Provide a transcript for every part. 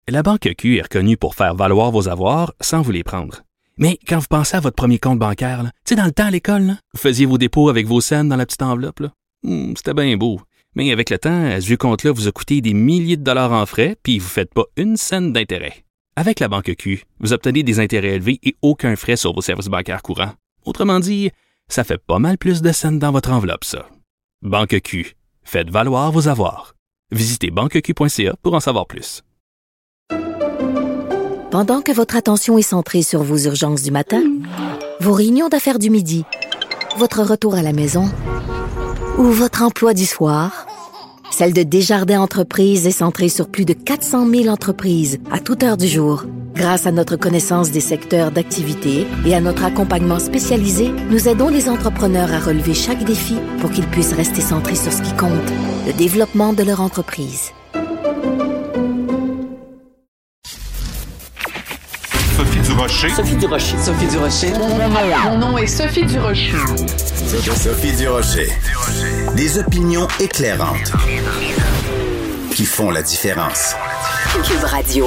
La Banque Q est reconnue pour faire valoir vos avoirs sans vous les prendre. Mais quand vous pensez à votre premier compte bancaire, tu sais, dans le temps à l'école, là, vous faisiez vos dépôts avec vos scènes dans la petite enveloppe. Là. C'était bien beau. Mais avec le temps, ce vieux compte-là vous a coûté des milliers de dollars en frais, puis vous ne faites pas une scène d'intérêt. Avec la Banque Q, vous obtenez des intérêts élevés et aucun frais sur vos services bancaires courants. Autrement dit, ça fait pas mal plus de scènes dans votre enveloppe, ça. Banque Q. Faites valoir vos avoirs. Visitez banqueq.ca pour en savoir plus. Pendant que votre attention est centrée sur vos urgences du matin, vos réunions d'affaires du midi, votre retour à la maison ou votre emploi du soir, celle de Desjardins Entreprises est centrée sur plus de 400 000 entreprises à toute heure du jour. Grâce à notre connaissance des secteurs d'activité et à notre accompagnement spécialisé, nous aidons les entrepreneurs à relever chaque défi pour qu'ils puissent rester centrés sur ce qui compte, le développement de leur entreprise. Sophie Durocher. Sophie Durocher. Sophie Durocher. Mon nom est Sophie Durocher. Sophie Durocher. Des opinions éclairantes qui font la différence. Cube Radio.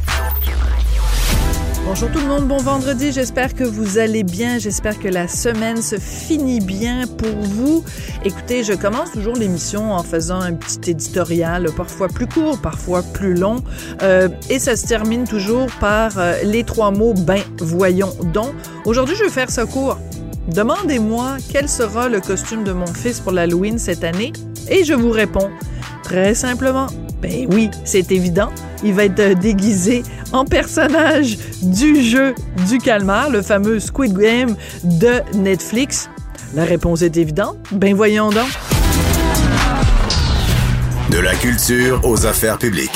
Bonjour tout le monde, bon vendredi, j'espère que vous allez bien, j'espère que la semaine se finit bien pour vous. Écoutez, je commence toujours l'émission en faisant un petit éditorial, parfois plus court, parfois plus long, et ça se termine toujours par les 3 mots « ben, voyons donc ». Aujourd'hui, je vais faire ça court. Demandez-moi quel sera le costume de mon fils pour l'Halloween cette année, et je vous réponds très simplement. Ben oui, c'est évident. Il va être déguisé en personnage du jeu du calmar, le fameux Squid Game de Netflix. La réponse est évidente. Ben voyons donc. De la culture aux affaires publiques.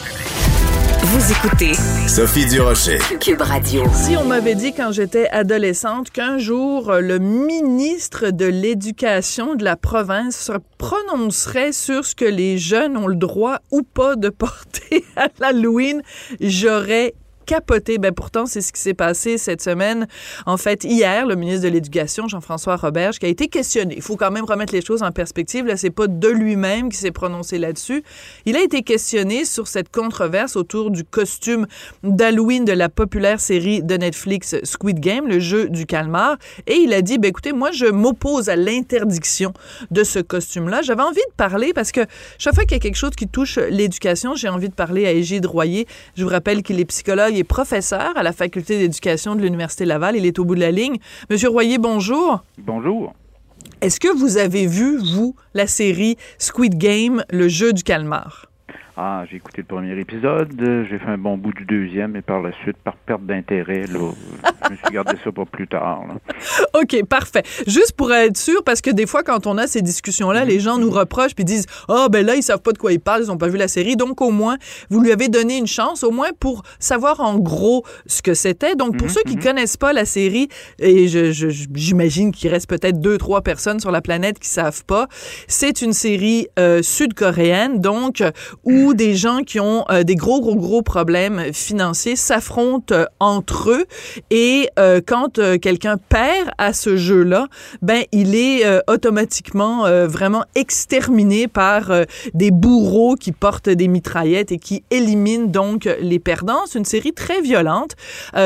Vous écoutez Sophie Durocher. Cube Radio. Si on m'avait dit quand j'étais adolescente qu'un jour, le ministre de l'Éducation de la province se prononcerait sur ce que les jeunes ont le droit ou pas de porter à l'Halloween, j'aurais capoté. Ben pourtant, c'est ce qui s'est passé cette semaine. En fait, hier, le ministre de l'Éducation, Jean-François Roberge, qui a été questionné. Il faut quand même remettre les choses en perspective. Là, c'est pas de lui-même qui s'est prononcé là-dessus. Il a été questionné sur cette controverse autour du costume d'Halloween de la populaire série de Netflix Squid Game, le jeu du calmar. Et il a dit, ben écoutez, moi, je m'oppose à l'interdiction de ce costume-là. J'avais envie de parler parce que chaque fois qu'il y a quelque chose qui touche l'éducation, j'ai envie de parler à Égide Royer. Je vous rappelle qu'il est psychologue. Il est professeur à la faculté d'éducation de l'Université Laval. Il est au bout de la ligne. Monsieur Royer, bonjour. Bonjour. Est-ce que vous avez vu, vous, la série Squid Game, le jeu du calmar? Ah, j'ai écouté le premier épisode, j'ai fait un bon bout du deuxième, et par la suite, par perte d'intérêt, là, je me suis gardé ça pour plus tard. Là. OK, parfait. Juste pour être sûr, parce que des fois, quand on a ces discussions-là, les gens nous reprochent puis disent « Ah, ben là, ils savent pas de quoi ils parlent, ils ont pas vu la série. » Donc, au moins, vous lui avez donné une chance, au moins pour savoir en gros ce que c'était. Donc, pour ceux qui connaissent pas la série, et j'imagine qu'il reste peut-être 2-3 personnes sur la planète qui savent pas, c'est une série sud-coréenne, donc, où des gens qui ont des gros problèmes financiers s'affrontent entre eux et quand quelqu'un perd à ce jeu-là, ben il est automatiquement vraiment exterminé par des bourreaux qui portent des mitraillettes et qui éliminent donc les perdants. C'est une série très violente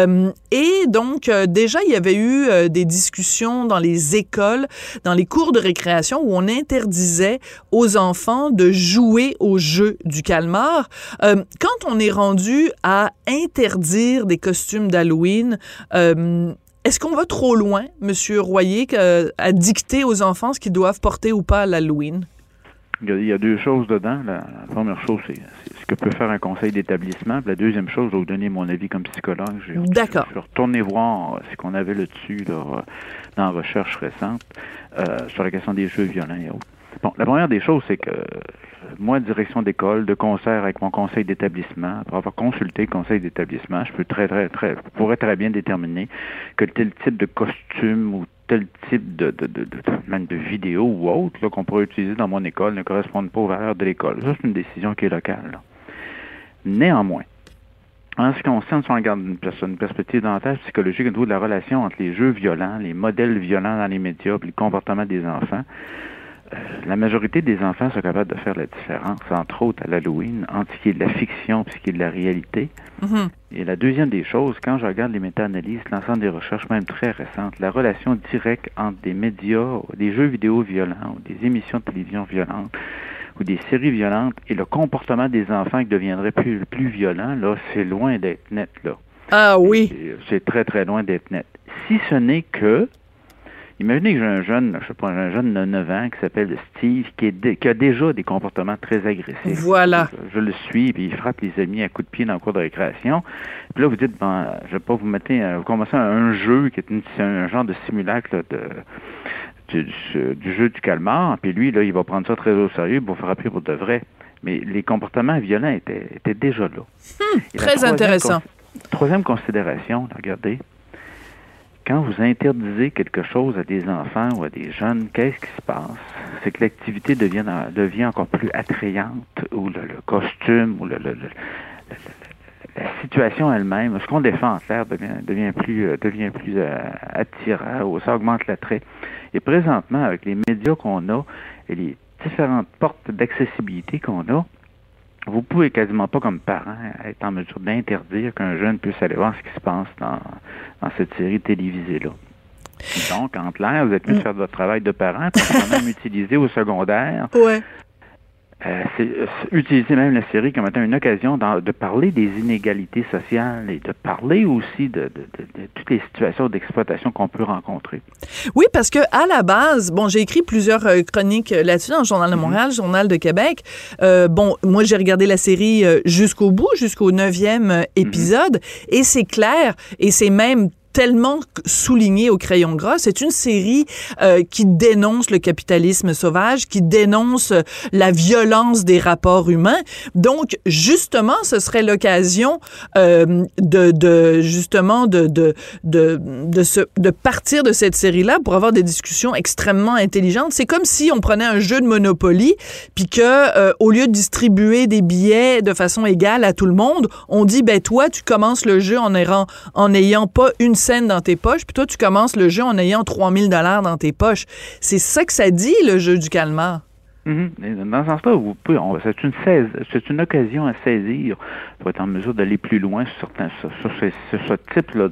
et donc déjà il y avait eu des discussions dans les écoles, dans les cours de récréation où on interdisait aux enfants de jouer au jeu du calmar. Quand on est rendu à interdire des costumes d'Halloween, est-ce qu'on va trop loin, Monsieur Royer, à dicter aux enfants ce qu'ils doivent porter ou pas à l'Halloween? Il y a 2 choses dedans. La première chose, c'est ce que peut faire un conseil d'établissement. Puis la deuxième chose, je vais vous donner mon avis comme psychologue. D'accord. Je suis retourné voir ce qu'on avait là-dessus là, dans la recherche récente sur la question des jeux violents et autres. Bon, la première des choses, c'est que moi, direction d'école, de concert avec mon conseil d'établissement, après avoir consulté le conseil d'établissement, je pourrais très bien déterminer que tel type de costume ou tel type de vidéo ou autre là, qu'on pourrait utiliser dans mon école ne correspondent pas aux valeurs de l'école. Ça, c'est une décision qui est locale. Là. Néanmoins, en ce qui concerne, si on regarde une perspective davantage psychologique au niveau de la relation entre les jeux violents, les modèles violents dans les médias et le comportement des enfants, la majorité des enfants sont capables de faire la différence, entre autres à l'Halloween, entre ce qui est de la fiction et ce qui est de la réalité. Mm-hmm. Et la deuxième des choses, quand je regarde les méta-analyses, l'ensemble des recherches, même très récentes, la relation directe entre des médias, des jeux vidéo violents, ou des émissions de télévision violentes, ou des séries violentes, et le comportement des enfants qui deviendrait plus violent, là, c'est loin d'être net, là. Ah oui. C'est très, très loin d'être net. Si ce n'est que, imaginez que j'ai un jeune de 9 ans qui s'appelle Steve, qui a déjà des comportements très agressifs. Voilà. Je le suis, puis il frappe les amis à coups de pied dans le cours de récréation. Puis là, vous dites, bon, je vais pas vous mettre, vous commencez un jeu qui est un genre de simulacre là, du jeu du calmar, puis lui, là, il va prendre ça très au sérieux pour frapper pour de vrai. Mais les comportements violents étaient déjà là. Très intéressant. Troisième considération, regardez, quand vous interdisez quelque chose à des enfants ou à des jeunes, qu'est-ce qui se passe? C'est que l'activité devient encore plus attrayante, ou le costume, ou la situation elle-même, ce qu'on défend en clair devient plus attirant, ou ça augmente l'attrait. Et présentement, avec les médias qu'on a et les différentes portes d'accessibilité qu'on a, vous pouvez quasiment pas, comme parent, être en mesure d'interdire qu'un jeune puisse aller voir ce qui se passe dans cette série télévisée-là. Donc, en clair, vous êtes mieux de faire votre travail de parent, puis quand même utiliser au secondaire. Ouais. Utiliser même la série comme étant une occasion de parler des inégalités sociales et de parler aussi de toutes les situations d'exploitation qu'on peut rencontrer. Oui, parce que à la base, bon, j'ai écrit plusieurs chroniques là-dessus dans le Journal de Montréal, Journal de Québec. Moi, j'ai regardé la série jusqu'au bout, jusqu'au 9e épisode, et c'est clair, et c'est même tellement souligné au crayon gras. C'est une série qui dénonce le capitalisme sauvage, qui dénonce la violence des rapports humains. Donc, justement, ce serait l'occasion de partir de cette série-là pour avoir des discussions extrêmement intelligentes. C'est comme si on prenait un jeu de Monopoly, puis que au lieu de distribuer des billets de façon égale à tout le monde, on dit, ben toi, tu commences le jeu en n'ayant pas une scène dans tes poches, puis toi, tu commences le jeu en ayant 3000 $ dans tes poches. C'est ça que ça dit, le jeu du calmar. Mm-hmm. Dans ce sens-là, c'est une occasion à saisir pour être en mesure d'aller plus loin sur ce type-là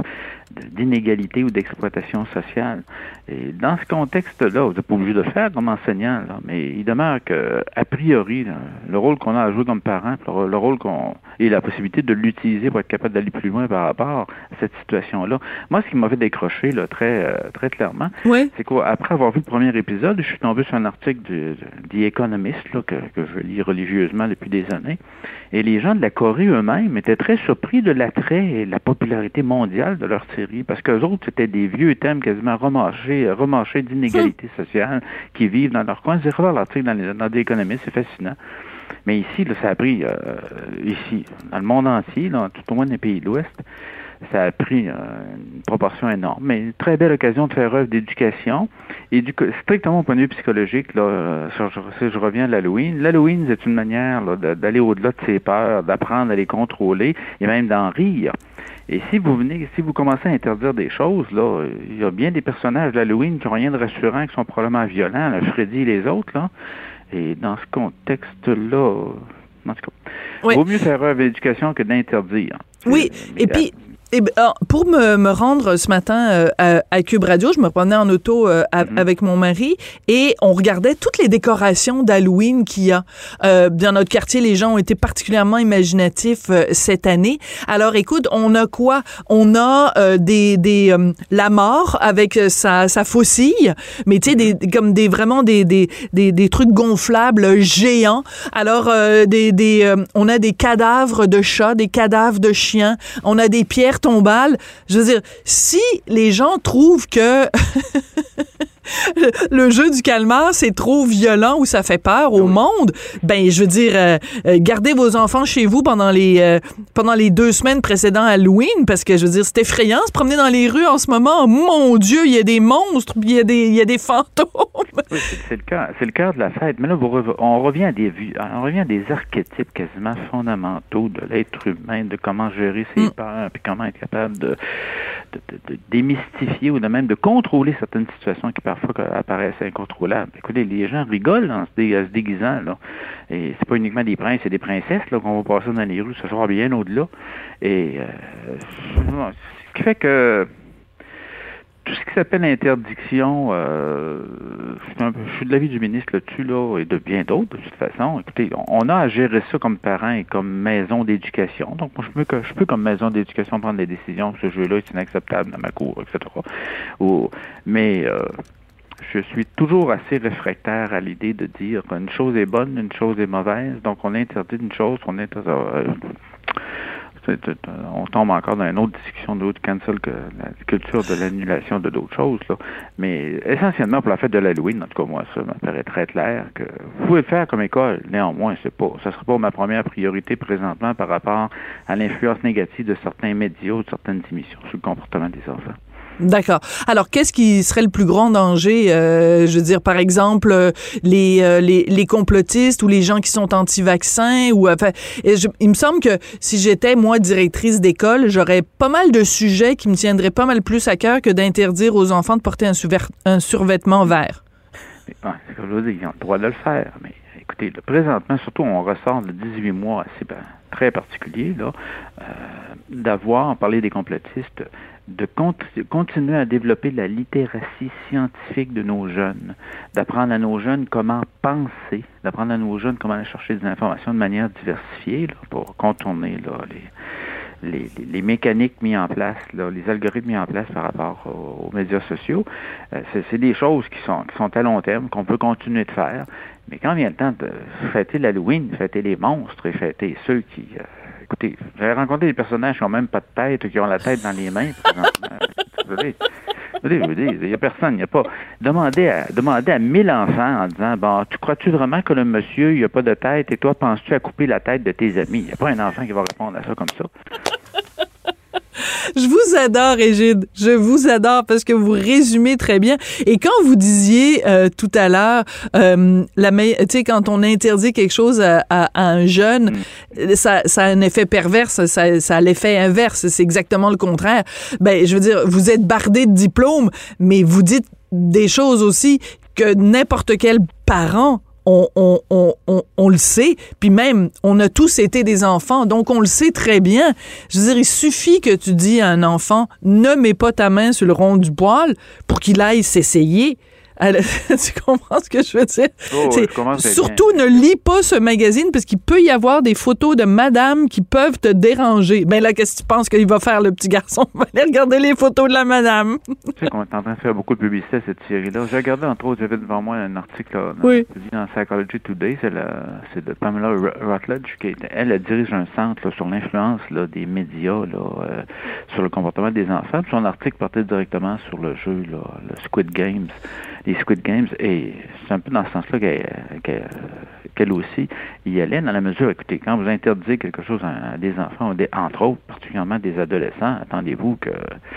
d'inégalité ou d'exploitation sociale. Et dans ce contexte-là, vous n'êtes pas obligé de le faire comme enseignant, là, mais il demeure que, a priori, le rôle qu'on a à jouer comme parent, le rôle et la possibilité de l'utiliser pour être capable d'aller plus loin par rapport à cette situation-là. Moi, ce qui m'a fait décrocher là, très, très clairement, c'est qu'après avoir vu le premier épisode, je suis tombé sur un article de The Economist là, que je lis religieusement depuis des années, et les gens de la Corée eux-mêmes étaient très surpris de l'attrait et de la popularité mondiale de leur série, parce qu'eux autres, c'était des vieux thèmes quasiment remâchés d'inégalités sociales qui vivent dans leur coin. Je dirais l'article dans The Economist, c'est fascinant. Mais ici, là, ça a pris, dans le monde entier, là, tout au moins dans les pays de l'Ouest, ça a pris une proportion énorme. Mais une très belle occasion de faire œuvre d'éducation. Et strictement au point de vue psychologique, là, si je reviens à l'Halloween, l'Halloween, c'est une manière là, d'aller au-delà de ses peurs, d'apprendre à les contrôler et même d'en rire. Et si vous commencez à interdire des choses, là, il y a bien des personnages d'Halloween qui n'ont rien de rassurant, qui sont probablement violents, là, Freddy et les autres, là. Et dans ce contexte-là, en tout cas, vaut mieux faire œuvre d'éducation que d'interdire. Oui, et puis, pour me rendre ce matin à Cube Radio, je me promenais en auto avec mon mari et on regardait toutes les décorations d'Halloween qu'il y a. Dans notre quartier, les gens ont été particulièrement imaginatifs cette année. Alors, écoute, on a quoi? On a la mort avec sa faucille, mais tu sais, comme vraiment des trucs gonflables géants. Alors, on a des cadavres de chats, des cadavres de chiens, on a des pierres tombales. Je veux dire, si les gens trouvent que le jeu du calmar, c'est trop violent ou ça fait peur au monde, ben, je veux dire, gardez vos enfants chez vous pendant les 2 semaines précédant Halloween, parce que, je veux dire, c'est effrayant se promener dans les rues en ce moment. Mon Dieu, il y a des monstres, il y a des fantômes. Oui, c'est le cœur de la fête. Mais là, on revient à des archétypes quasiment fondamentaux de l'être humain, de comment gérer ses peurs, puis comment être capable de démystifier ou de même de contrôler certaines situations qui parfois apparaissent incontrôlables. Écoutez, les gens rigolent en se déguisant, là. Et c'est pas uniquement des princes et des princesses là, qu'on va passer dans les rues, ça sera bien au-delà. Et ce qui fait que tout ce qui s'appelle interdiction, je suis de l'avis du ministre là-dessus, là, et de bien d'autres, de toute façon. Écoutez, on a à gérer ça comme parents et comme maison d'éducation. Donc, moi, je peux comme maison d'éducation, prendre des décisions. Ce jeu-là est inacceptable dans ma cour, etc. Mais je suis toujours assez réfractaire à l'idée de dire qu'une chose est bonne, une chose est mauvaise. Donc, on interdit une chose, on tombe encore dans une autre discussion de l'autre cancel que la culture de l'annulation de d'autres choses, là. Mais essentiellement pour la fête de l'Halloween, en tout cas moi, ça me paraît très clair que vous pouvez le faire comme école, néanmoins, ça sera pas ma première priorité présentement par rapport à l'influence négative de certains médias ou de certaines émissions sur le comportement des enfants. D'accord. Alors, qu'est-ce qui serait le plus grand danger? Je veux dire, par exemple, les complotistes ou les gens qui sont anti-vaccins ou enfin, il me semble que si j'étais, moi, directrice d'école, j'aurais pas mal de sujets qui me tiendraient pas mal plus à cœur que d'interdire aux enfants de porter un survêtement vert. C'est comme je veux dire, ils ont le droit de le faire, mais écoutez, là, présentement, surtout, on ressort de 18 mois assez très particulier, là, d'avoir parlé des complotistes, de continuer à développer la littératie scientifique de nos jeunes, d'apprendre à nos jeunes comment penser, d'apprendre à nos jeunes comment aller chercher des informations de manière diversifiée là, pour contourner là, les mécaniques mises en place, là, les algorithmes mis en place par rapport aux médias sociaux. C'est des choses qui sont à long terme, qu'on peut continuer de faire. Mais quand vient le temps de fêter l'Halloween, fêter les monstres et fêter ceux qui... écoutez, j'avais rencontré des personnages qui n'ont même pas de tête, qui ont la tête dans les mains. Je veux dire, il n'y a personne, il n'y a pas... Demandez à 1000 enfants en disant, bon, tu crois-tu vraiment que le monsieur, il n'a pas de tête, et toi, penses-tu à couper la tête de tes amis? Il n'y a pas un enfant qui va répondre à ça comme ça. Je vous adore, Égide. Je vous adore parce que vous résumez très bien. Et quand vous disiez tout à l'heure, tu sais, quand on interdit quelque chose à un jeune, ça a un effet pervers, ça a l'effet inverse. C'est exactement le contraire. Ben, je veux dire, vous êtes bardé de diplômes, mais vous dites des choses aussi que n'importe quel parent on le sait, puis même, on a tous été des enfants, donc on le sait très bien. Je veux dire, il suffit que tu dis à un enfant, ne mets pas ta main sur le rond du poêle pour qu'il aille s'essayer. Tu comprends ce que je veux dire? Surtout, ne lis pas ce magazine parce qu'il peut y avoir des photos de madame qui peuvent te déranger. Ben là, qu'est-ce que tu penses qu'il va faire, le petit garçon? Il va aller regarder les photos de la madame. Tu sais qu'on est en train de faire beaucoup de publicité à cette série-là. J'ai regardé, entre autres, j'avais devant moi un article là, dans Psychology Today, c'est de Pamela Routledge, elle dirige un centre là, sur l'influence là, des médias là, sur le comportement des enfants. Puis son article portait directement sur le jeu, là, le Squid Games. Les Squid Games, et c'est un peu dans ce sens-là qu'elle aussi y allait, dans la mesure, écoutez, quand vous interdisez quelque chose à des enfants, entre autres, particulièrement des adolescents, attendez-vous que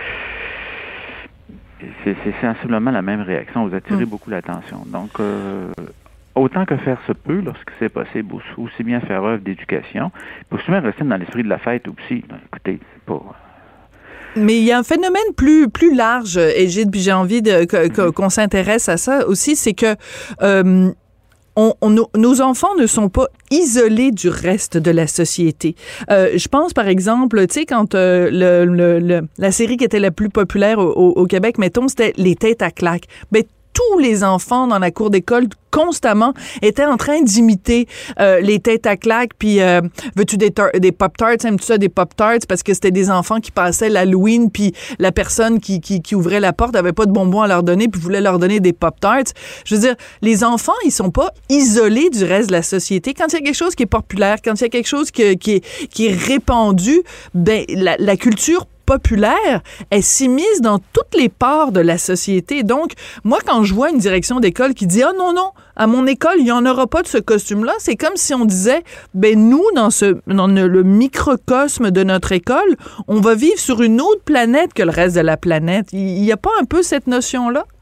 c'est sensiblement la même réaction, vous attirez beaucoup l'attention. Donc, autant que faire se peut, lorsque c'est possible, aussi bien faire œuvre d'éducation, puis aussi bien rester dans l'esprit de la fête aussi. Donc, écoutez, c'est pas... Mais il y a un phénomène plus large, Égide, puis j'ai envie qu'on s'intéresse à ça aussi, c'est que nos enfants ne sont pas isolés du reste de la société. Je pense, par exemple, tu sais, quand la série qui était la plus populaire au Québec, mettons, c'était Les Têtes à claques. Ben, tous les enfants dans la cour d'école constamment étaient en train d'imiter les Têtes à claques, puis veux-tu des Pop-Tarts, aimes-tu ça, des Pop-Tarts, parce que c'était des enfants qui passaient l'Halloween, puis la personne qui ouvrait la porte avait pas de bonbons à leur donner, puis voulait leur donner des Pop-Tarts. Je veux dire, les enfants, ils sont pas isolés du reste de la société. Quand il y a quelque chose qui est populaire, quand il y a quelque chose qui est répandu, ben la culture populaire, elle s'immisce dans toutes les parts de la société. Donc, moi, quand je vois une direction d'école qui dit « Ah non, à mon école, il n'y en aura pas de ce costume-là », c'est comme si on disait « Ben nous, dans le microcosme de notre école, on va vivre sur une autre planète que le reste de la planète. » Il n'y a pas un peu cette notion-là?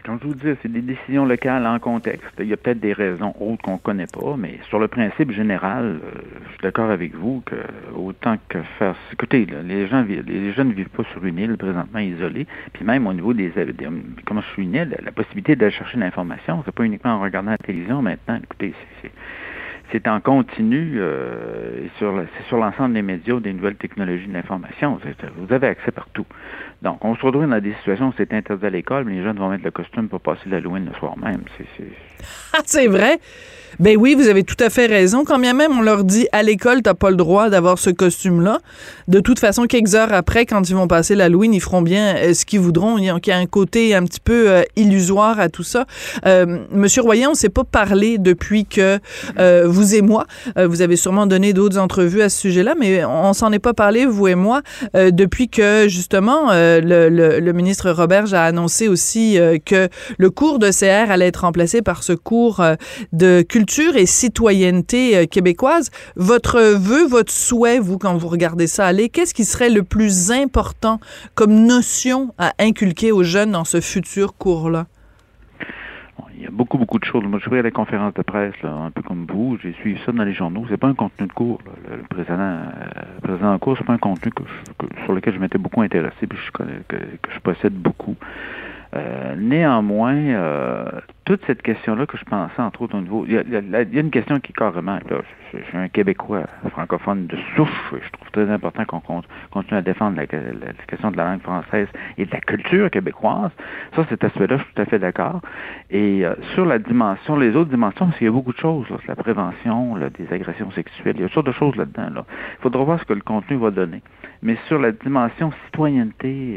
Comme je vous dis, c'est des décisions locales en contexte. Il y a peut-être des raisons autres qu'on ne connaît pas, mais sur le principe général, je suis d'accord avec vous que autant que faire... Écoutez, là, les jeunes ne vivent pas sur une île présentement isolée, puis même au niveau comment je suis une île, la possibilité d'aller chercher l'information, c'est pas uniquement en regardant la télévision maintenant. Écoutez, c'est en continu, c'est sur l'ensemble des médias, des nouvelles technologies de l'information. Vous avez accès partout. Donc, on se retrouve dans des situations où c'est interdit à l'école, mais les jeunes vont mettre le costume pour passer l'Halloween le soir même. C'est vrai? Ben oui, vous avez tout à fait raison. Quand bien même on leur dit à l'école, t'as pas le droit d'avoir ce costume-là. De toute façon, quelques heures après, quand ils vont passer l'Halloween, ils feront bien ce qu'ils voudront. Il y a un côté un petit peu illusoire à tout ça. Monsieur Royer, on s'est pas parlé depuis que vous et moi, vous avez sûrement donné d'autres entrevues à ce sujet-là, mais on s'en est pas parlé, vous et moi, depuis que justement le ministre Roberge a annoncé aussi que le cours de CR allait être remplacé par ce cours de culture et citoyenneté québécoise. Votre vœu, votre souhait, vous, quand vous regardez ça aller, qu'est-ce qui serait le plus important comme notion à inculquer aux jeunes dans ce futur cours-là? Il y a beaucoup de choses. Moi, je suis à la conférence de presse, là, un peu comme vous. J'ai suivi ça dans les journaux. C'est pas un contenu de cours. Là. Le précédent cours, c'est pas un contenu sur lequel je m'étais beaucoup intéressé, puis que je possède beaucoup. Néanmoins, toute cette question-là que je pensais, entre autres, au niveau... Il y a une question qui est carrément... Là, je suis un Québécois francophone de souche. Je trouve très important qu'on continue à défendre la question de la langue française et de la culture québécoise. Ça, cet aspect-là, je suis tout à fait d'accord. Et sur les autres dimensions, parce qu'il y a beaucoup de choses, là, la prévention, là, des agressions sexuelles, il y a toutes sortes de choses là-dedans. Là. Il faudra voir ce que le contenu va donner. Mais sur la dimension citoyenneté...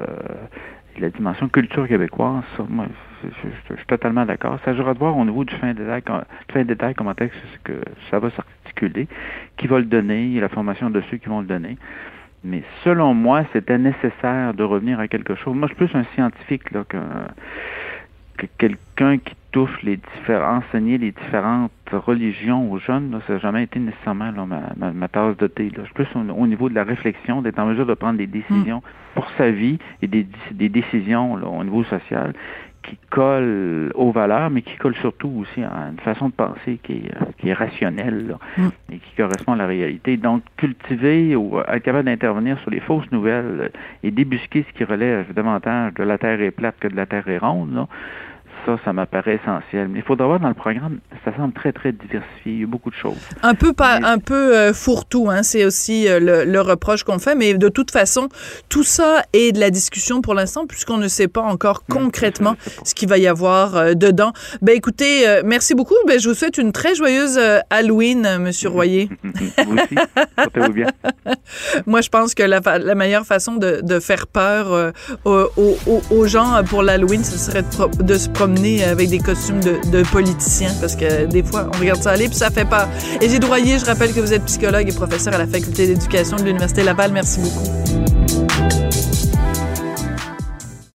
la dimension culture québécoise, ça, moi, je suis totalement d'accord. Ça s'agira de voir au niveau du fin détail comment est-ce que ça va s'articuler, qui va le donner, et la formation de ceux qui vont le donner. Mais selon moi, c'était nécessaire de revenir à quelque chose. Moi, je suis plus un scientifique là, que quelqu'un qui touche enseigner les différentes religions aux jeunes. Là, ça n'a jamais été nécessairement là, ma tasse de thé. Là. Je suis plus au niveau de la réflexion, d'être en mesure de prendre des décisions pour sa vie et des décisions là, au niveau social qui collent aux valeurs, mais qui collent surtout aussi à une façon de penser qui est rationnelle là, et qui correspond à la réalité. Donc, cultiver ou être capable d'intervenir sur les fausses nouvelles et débusquer ce qui relève davantage de la Terre est plate que de la Terre est ronde, là, ça m'apparaît essentiel. Mais il faudra voir dans le programme, ça semble très, très diversifié. Il y a beaucoup de choses. Un peu fourre-tout, hein. C'est aussi le reproche qu'on fait. Mais de toute façon, tout ça est de la discussion pour l'instant, puisqu'on ne sait pas encore concrètement ce qu'il va y avoir dedans. Ben écoutez, merci beaucoup. Ben, je vous souhaite une très joyeuse Halloween, Monsieur Royer. Vous aussi. Portez-vous bien. Moi, je pense que la meilleure façon de faire peur aux gens pour l'Halloween, ce serait de se promener avec des costumes de politiciens, parce que des fois, on regarde ça aller, puis ça fait peur. Égide Royer, je rappelle que vous êtes psychologue et professeur à la Faculté d'éducation de l'Université Laval. Merci beaucoup.